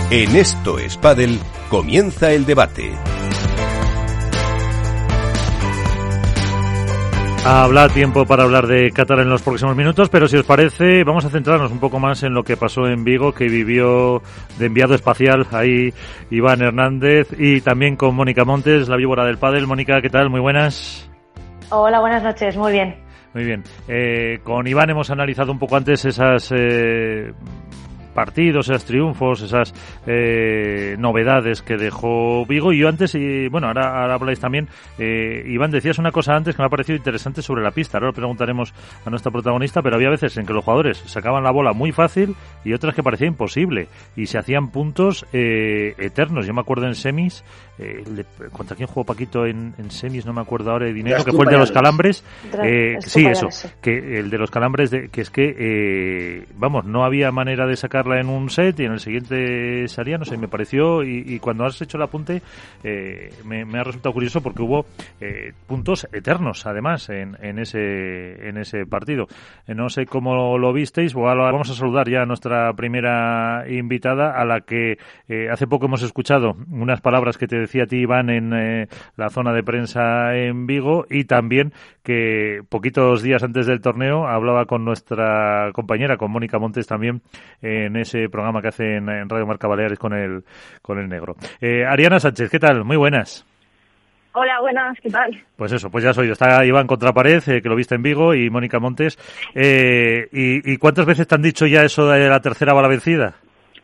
En Esto es Pádel comienza el debate. Habrá tiempo para hablar de Qatar en los próximos minutos, pero si os parece, vamos a centrarnos un poco más en lo que pasó en Vigo, que vivió de enviado espacial ahí Iván Hernández, y también con Mónica Montes, la víbora del pádel. Mónica, ¿qué tal? Muy buenas. Hola, buenas noches, muy bien. Muy bien. Con Iván hemos analizado un poco antes esas partidos, esos triunfos, esas novedades que dejó Vigo. Y yo antes, y bueno, ahora habláis también, Iván, decías una cosa antes que me ha parecido interesante sobre la pista. Ahora lo preguntaremos a nuestra protagonista, pero había veces en que los jugadores sacaban la bola muy fácil y otras que parecía imposible y se hacían puntos eternos. Yo me acuerdo en semis, ¿contra quién jugó Paquito en semis? No me acuerdo ahora de dinero, que fue el de los calambres. Sí, eso, que el de los calambres, que es que, vamos, no había manera de sacarla en un set y en el siguiente salía, no sé, me pareció, y cuando has hecho el apunte me ha resultado curioso porque hubo puntos eternos además en ese partido. No sé cómo lo visteis. Bueno, vamos a saludar ya a nuestra primera invitada, a la que hace poco hemos escuchado unas palabras que te decía a ti, Iván, en la zona de prensa en Vigo, y también que poquitos días antes del torneo hablaba con nuestra compañera, con Mónica Montes también, en ese programa que hace en Radio Marca Baleares con el negro. Ariana Sánchez, ¿qué tal? Muy buenas. Hola, buenas, ¿qué tal? Pues eso, pues ya has oído. Está Iván Contrapared, que lo viste en Vigo, y Mónica Montes. ¿Y cuántas veces te han dicho ya eso de la tercera bala vencida?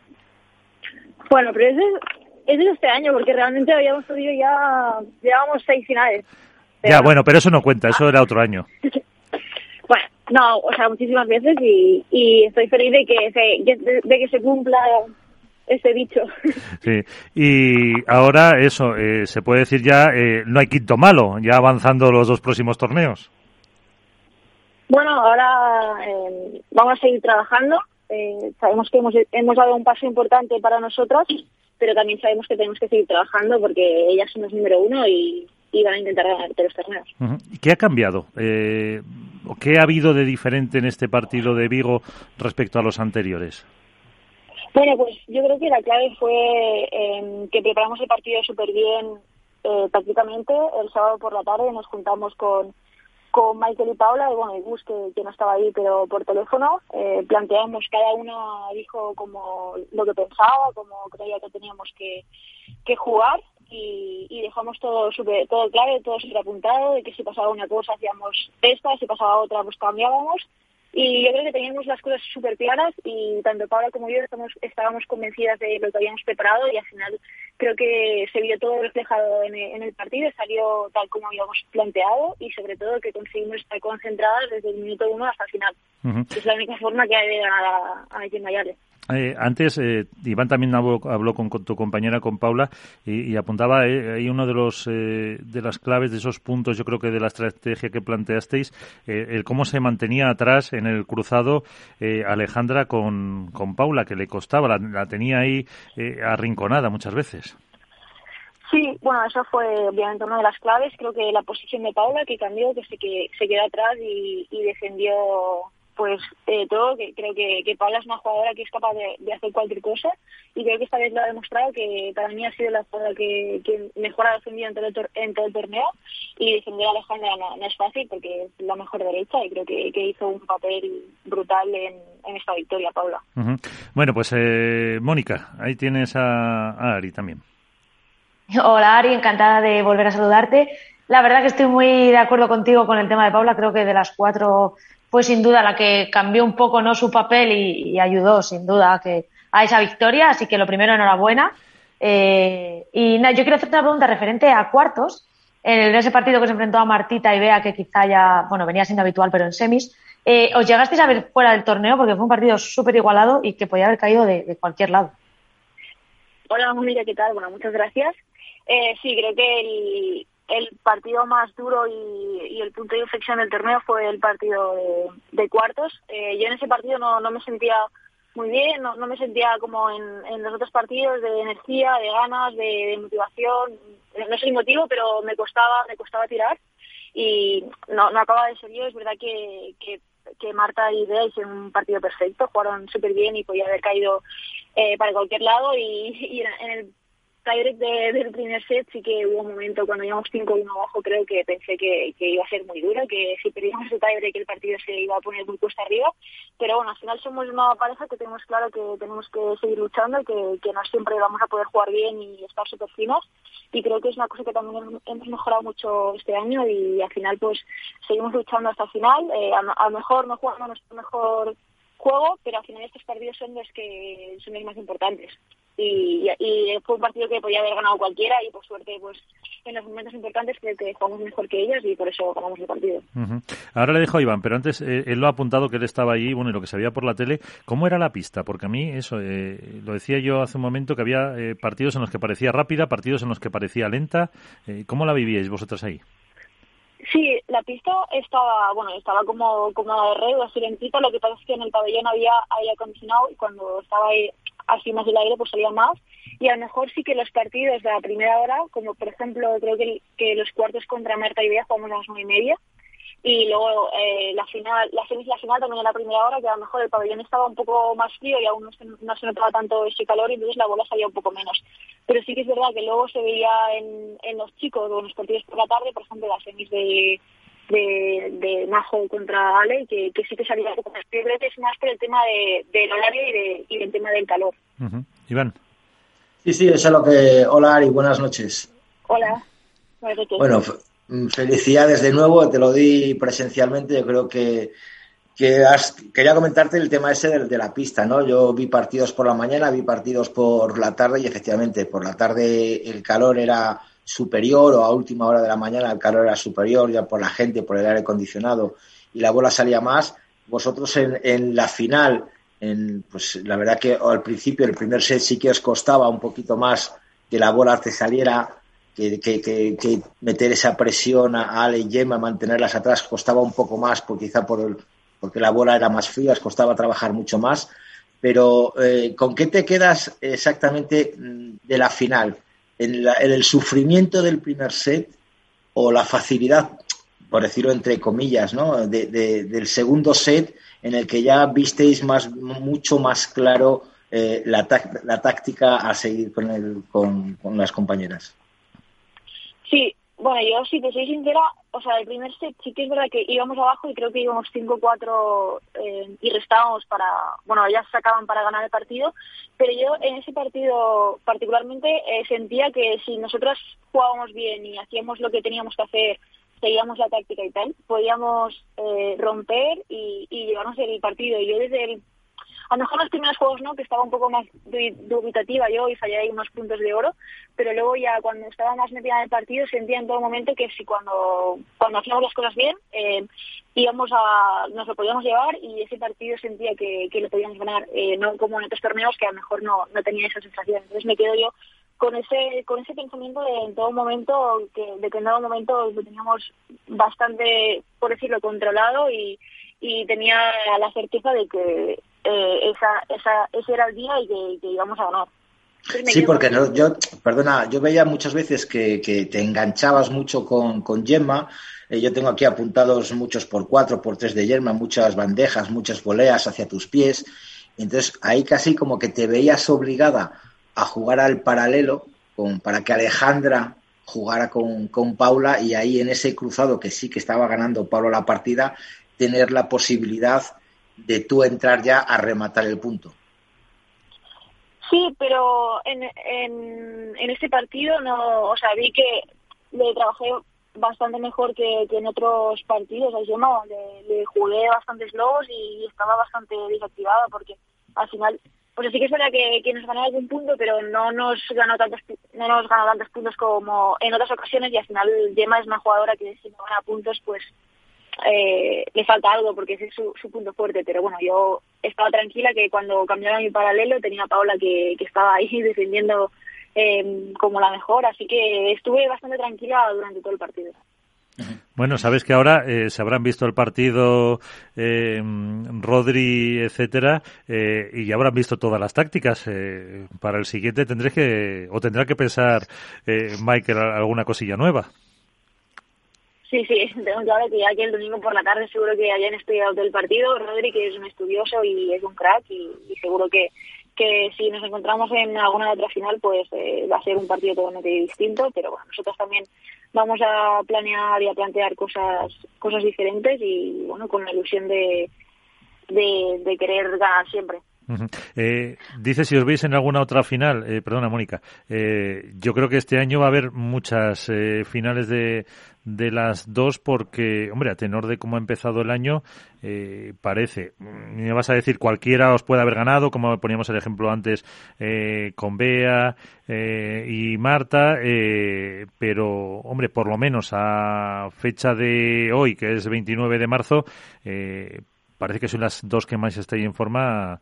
Bueno, pero es de este año, porque realmente habíamos perdido llevábamos 6 finales. Pero ya, bueno, pero eso no cuenta, eso era otro año. Bueno, no, o sea, muchísimas veces, y estoy feliz de que se cumpla ese dicho. Sí, y ahora eso, se puede decir ya, no hay quinto malo, ya avanzando los 2 próximos torneos. Bueno, ahora vamos a seguir trabajando. Sabemos que hemos dado un paso importante para nosotras, pero también sabemos que tenemos que seguir trabajando porque ellas son los número 1 y van a intentar ganar todos los torneos. Uh-huh. ¿Qué ha cambiado? ¿Qué ha habido de diferente en este partido de Vigo respecto a los anteriores? Bueno, pues yo creo que la clave fue que preparamos el partido súper bien tácticamente. El sábado por la tarde nos juntamos con Michael y Paula, y bueno, y Gus, que no estaba ahí, pero por teléfono. Planteamos, cada una dijo como lo que pensaba, como creía que teníamos que jugar, y dejamos todo claro, todo súper apuntado, de que si pasaba una cosa hacíamos esta, si pasaba otra pues cambiábamos. Y yo creo que teníamos las cosas súper claras, y tanto Paula como yo estábamos convencidas de lo que habíamos preparado, y al final creo que se vio todo reflejado en el partido, salió tal como habíamos planteado, y sobre todo que conseguimos estar concentradas desde el minuto 1 hasta el final. Uh-huh. Es la única forma que hay de ganar a Jim Mayales. Antes, Iván también habló con tu compañera, con Paula, y apuntaba ahí uno de las claves de esos puntos, yo creo que de la estrategia que planteasteis, el cómo se mantenía atrás en el cruzado Alejandra con Paula, que le costaba, la tenía ahí arrinconada muchas veces. Sí, bueno, eso fue obviamente una de las claves. Creo que la posición de Paula, que cambió, que se quedó atrás y defendió pues todo, que creo que Paula es una jugadora que es capaz de hacer cualquier cosa, y creo que esta vez lo ha demostrado, que para mí ha sido la jugadora que mejor ha defendido en todo el torneo, y defender a Alejandra no es fácil porque es la mejor derecha, y creo que hizo un papel brutal en esta victoria, Paula. Uh-huh. Bueno, pues Mónica, ahí tienes a Ari también. Hola Ari, encantada de volver a saludarte. La verdad que estoy muy de acuerdo contigo con el tema de Paula. Creo que de las 4 fue sin duda la que cambió un poco, ¿no?, su papel y ayudó sin duda a esa victoria. Así que lo primero, enhorabuena. Y nada, yo quiero hacerte una pregunta referente a cuartos. En ese partido que se enfrentó a Martita y Bea, que quizá ya, bueno, venía siendo habitual, pero en semis, ¿os llegasteis a ver fuera del torneo? Porque fue un partido súper igualado y que podía haber caído de cualquier lado. Hola, Mónica, ¿qué tal? Bueno, muchas gracias. Sí, creo que el partido más duro y el punto de inflexión del torneo fue el partido de cuartos. Yo en ese partido no me sentía muy bien, no me sentía como en los otros partidos, de energía, de ganas, de motivación. No sé el motivo, pero me costaba tirar, y no acaba de ser yo. Es verdad que Marta y Bea hicieron un partido perfecto, jugaron súper bien y podía haber caído para cualquier lado y en el tiebreak del primer set sí que hubo un momento cuando íbamos 5-1 abajo, creo que pensé que iba a ser muy duro, que si perdíamos ese tiebreak el partido se iba a poner muy cuesta arriba, pero bueno, al final somos una pareja que tenemos claro que tenemos que seguir luchando y que no siempre vamos a poder jugar bien y estar súper finos, y creo que es una cosa que también hemos mejorado mucho este año y al final pues seguimos luchando hasta el final, a lo mejor no jugando nuestro mejor juego, pero al final estos partidos son los más importantes. Y fue un partido que podía haber ganado cualquiera y por suerte pues en los momentos importantes creo que jugamos mejor que ellos y por eso ganamos el partido. Uh-huh. Ahora le dejo a Iván, pero antes él lo ha apuntado que él estaba allí, bueno, y lo que se veía por la tele. ¿Cómo era la pista? Porque a mí eso, lo decía yo hace un momento, que había partidos en los que parecía rápida, partidos en los que parecía lenta. ¿Cómo la vivíais vosotras ahí? Sí, la pista estaba como de rey, así lentita. Lo que pasa es que en el pabellón había aire acondicionado y cuando estaba ahí así más el aire pues salía más, y a lo mejor sí que los partidos de la primera hora, como por ejemplo creo que los cuartos contra Marta y Bea jugamos a las 9:30, y luego la final también en la primera hora, que a lo mejor el pabellón estaba un poco más frío y aún no se notaba tanto ese calor y entonces la bola salía un poco menos, pero sí que es verdad que luego se veía en los chicos o en los partidos por la tarde, por ejemplo las semis de Majo contra Ale, que sí que salía un poco más es más por el tema del horario y del tema del calor. Uh-huh. Iván. Sí, eso es lo que... Hola, Ari, buenas noches. Hola. Buenas noches. Bueno, felicidades de nuevo, te lo di presencialmente, yo creo que quería comentarte el tema ese de la pista, ¿no? Yo vi partidos por la mañana, vi partidos por la tarde y efectivamente por la tarde el calor era superior, o a última hora de la mañana el calor era superior ya por la gente, por el aire acondicionado y la bola salía más. Vosotros en la final, pues la verdad que al principio el primer set sí que os costaba un poquito más que la bola te saliera, que meter esa presión a Ale y Gemma, mantenerlas atrás costaba un poco más, porque la bola era más fría, os costaba trabajar mucho más. Pero ¿con qué te quedas exactamente de la final? ¿En el sufrimiento del primer set o la facilidad, por decirlo entre comillas, ¿no? del segundo set, en el que ya visteis mucho más claro la táctica a seguir con las compañeras? Sí, bueno, yo si te soy sincera, o sea, el primer set sí que es verdad que íbamos abajo y creo que íbamos 5-4 y restábamos ellas sacaban para ganar el partido, pero yo en ese partido particularmente sentía que si nosotras jugábamos bien y hacíamos lo que teníamos que hacer, seguíamos la táctica y tal, podíamos romper y llevarnos el partido. Y yo a lo mejor los primeros juegos no, que estaba un poco más dubitativa yo y fallé ahí unos puntos de oro, pero luego ya cuando estaba más metida en el partido sentía en todo momento que si cuando hacíamos las cosas bien nos lo podíamos llevar, y ese partido sentía que lo podíamos ganar, no como en otros torneos que a lo mejor no tenía esa sensación. Entonces me quedo yo con ese pensamiento de en todo momento que en todo momento lo teníamos bastante, por decirlo, controlado, y tenía la certeza de que ese era el día y que íbamos a ganar. Sí, porque yo veía muchas veces que te enganchabas mucho con Gemma. Yo tengo aquí apuntados muchos por 4, por 3 de Gemma, muchas bandejas, muchas voleas hacia tus pies. Entonces ahí casi como que te veías obligada a jugar al paralelo para que Alejandra jugara con Paula, y ahí en ese cruzado que sí que estaba ganando Paula la partida, tener la posibilidad de tú entrar ya a rematar el punto. Sí, pero en este partido no, o sea, vi que le trabajé bastante mejor que en otros partidos. Yo no, le jugué bastantes lows y estaba bastante desactivada, porque al final, pues sí que es verdad que nos ganó algún punto, pero no nos ganó tantos puntos como en otras ocasiones, y al final Gemma es una jugadora que si no gana puntos, pues le falta algo, porque ese es su punto fuerte. Pero bueno, yo estaba tranquila que cuando cambiaron mi paralelo tenía a Paula que estaba ahí defendiendo como la mejor, así que estuve bastante tranquila durante todo el partido. Bueno, sabes que ahora se habrán visto el partido Rodri, etcétera, y ya habrán visto todas las tácticas. Para el siguiente tendrá que pensar Michael alguna cosilla nueva. Sí, tengo claro que ya que el domingo por la tarde seguro que hayan estudiado todo el partido. Rodri, que es un estudioso y es un crack, y seguro que que si nos encontramos en alguna otra final, pues va a ser un partido totalmente distinto, pero bueno, nosotros también vamos a planear y a plantear cosas diferentes y bueno, con la ilusión de querer ganar siempre. Dice si os veis en alguna otra final, perdona Mónica, yo creo que este año va a haber muchas finales de las dos porque, hombre, a tenor de cómo ha empezado el año, parece, me vas a decir cualquiera os puede haber ganado, como poníamos el ejemplo antes con Bea y Marta, pero, hombre, por lo menos a fecha de hoy, que es 29 de marzo, parece que son las dos que más estáis en forma,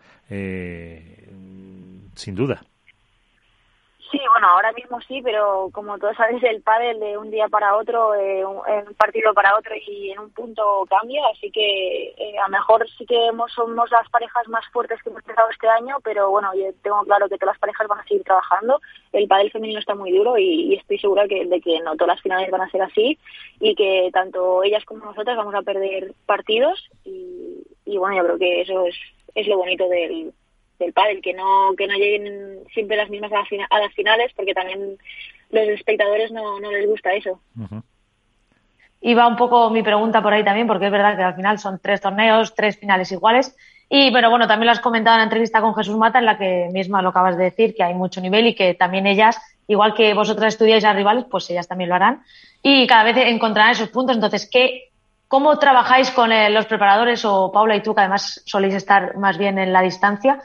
sin duda. Sí, bueno, ahora mismo sí, pero como todos sabéis, el pádel de un día para otro, en un partido para otro y en un punto cambia, así que a lo mejor sí que somos las parejas más fuertes que hemos empezado este año, pero bueno, yo tengo claro que todas las parejas van a seguir trabajando. El pádel femenino está muy duro y estoy segura de que no todas las finales van a ser así y que tanto ellas como nosotras vamos a perder partidos y bueno, yo creo que eso es lo bonito del pádel, que no lleguen siempre las mismas a las finales, porque también los espectadores no les gusta eso. Uh-huh. Y va un poco mi pregunta por ahí también, porque es verdad que al final son 3 torneos, 3 finales iguales. Y pero bueno, también lo has comentado en la entrevista con Jesús Mata, en la que misma lo acabas de decir, que hay mucho nivel y que también ellas, igual que vosotras estudiáis a rivales, pues ellas también lo harán. Y cada vez encontrarán esos puntos. Entonces, ¿cómo trabajáis con los preparadores, o Paula y tú, que además soléis estar más bien en la distancia,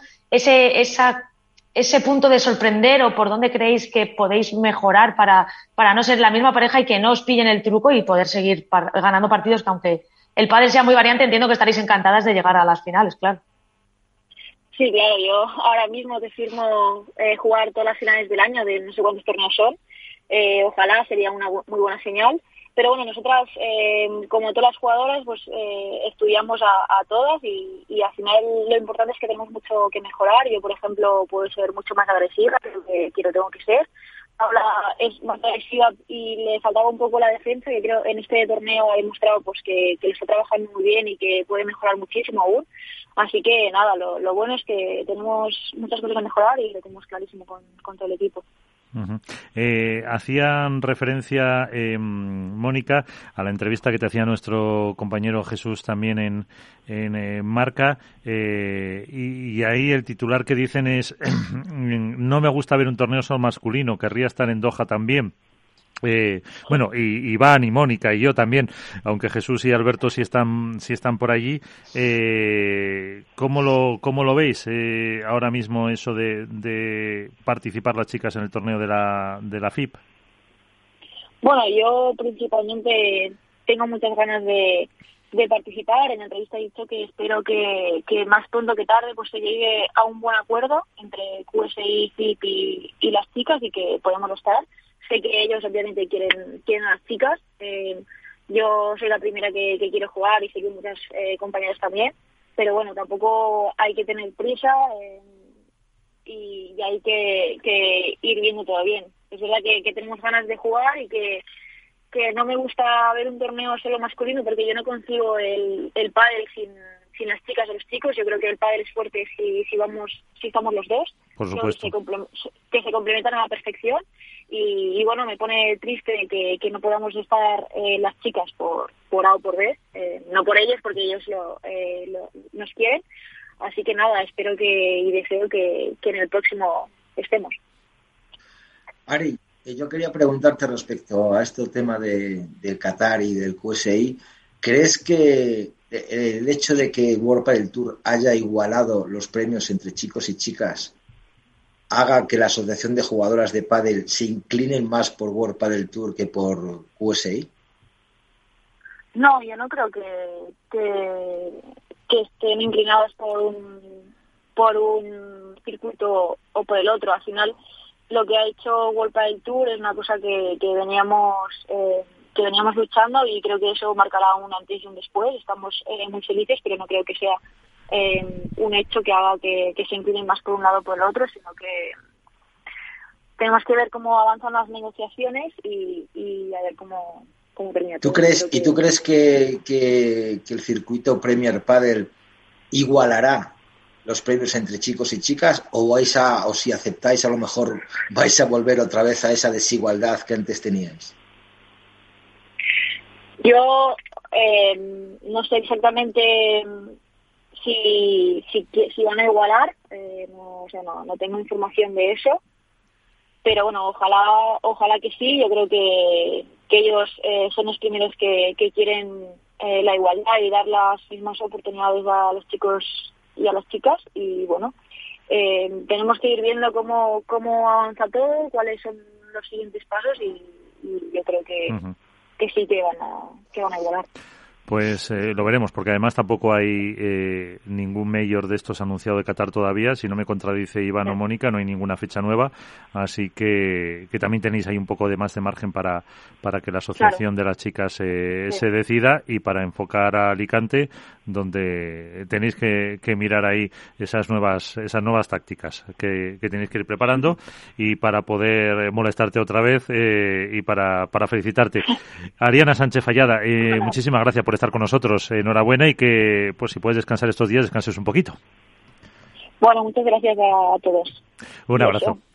ese punto de sorprender, o por dónde creéis que podéis mejorar para no ser la misma pareja y que no os pillen el truco y poder seguir ganando partidos, que aunque el pádel sea muy variante, entiendo que estaréis encantadas de llegar a las finales, claro? Sí, claro, yo ahora mismo te firmo jugar todas las finales del año, de no sé cuántos torneos son, ojalá, sería una muy buena señal. Pero bueno, nosotras, como todas las jugadoras, pues estudiamos a todas y al final lo importante es que tenemos mucho que mejorar. Yo, por ejemplo, puedo ser mucho más agresiva, tengo que ser. Paula es más agresiva y le faltaba un poco la defensa, que creo en este torneo ha demostrado pues que lo está trabajando muy bien y que puede mejorar muchísimo aún. Así que nada, lo bueno es que tenemos muchas cosas que mejorar y lo tenemos clarísimo con todo el equipo. Uh-huh. Hacían referencia, Mónica, a la entrevista que te hacía nuestro compañero Jesús también en Marca, y ahí el titular que dicen es no me gusta ver un torneo solo masculino, querría estar en Doha también. Bueno, y Iván y Mónica y yo también, aunque Jesús y Alberto sí están por allí. ¿Cómo lo veis ahora mismo eso de participar las chicas en el torneo de la FIP? Bueno, yo principalmente tengo muchas ganas de participar. En la entrevista he dicho que espero que más pronto que tarde pues se llegue a un buen acuerdo entre QSI, FIP y las chicas y que podamos estar. Sé que ellos obviamente quieren a las chicas. Yo soy la primera que quiero jugar y sé que muchas compañeras también. Pero bueno, tampoco hay que tener prisa y hay que ir viendo todo bien. Es verdad que tenemos ganas de jugar y que no me gusta ver un torneo solo masculino porque yo no concibo el pádel sin las chicas o los chicos. Yo creo que el pádel es fuerte si estamos los dos. Por supuesto. Que se complementan a la perfección. Y bueno, me pone triste que no podamos estar las chicas por A o por B, no por ellos porque ellos nos quieren, así que nada, espero y deseo que en el próximo estemos. Ari, yo quería preguntarte respecto a este tema del Qatar y del QSI, ¿crees que el hecho de que World Padel Tour haya igualado los premios entre chicos y chicas haga que la asociación de jugadoras de pádel se inclinen más por World Padel Tour que por QSI? No, yo no creo que estén inclinados por un circuito o por el otro. Al final, lo que ha hecho World Padel Tour es una cosa que veníamos luchando y creo que eso marcará un antes y un después. Estamos muy felices, pero no creo que sea un hecho que haga que se inclinen más por un lado o por el otro, sino que tenemos que ver cómo avanzan las negociaciones y a ver cómo termina todo. ¿Tú crees que el circuito Premier Padel igualará los premios entre chicos y chicas, o si aceptáis, a lo mejor vais a volver otra vez a esa desigualdad que antes teníais? Yo no sé exactamente si van a igualar, no tengo información de eso, pero bueno, ojalá que sí. Yo creo que ellos son los primeros que quieren la igualdad y dar las mismas oportunidades a los chicos y a las chicas, y bueno, tenemos que ir viendo cómo avanza todo, cuáles son los siguientes pasos, y yo creo que sí que van a igualar. Pues lo veremos, porque además tampoco hay ningún mayor de estos anunciado de Qatar todavía. Si no me contradice Iván o Mónica, no hay ninguna fecha nueva, así que también tenéis ahí un poco de más de margen para que la asociación de las chicas se decida, y para enfocar a Alicante, donde tenéis que mirar ahí esas nuevas tácticas que tenéis que ir preparando, y para poder molestarte otra vez y para felicitarte. Ariana Sánchez Fallada, muchísimas gracias por estar con nosotros. Enhorabuena, y que pues si puedes descansar estos días, descanses un poquito. Bueno, muchas gracias a todos. Un abrazo.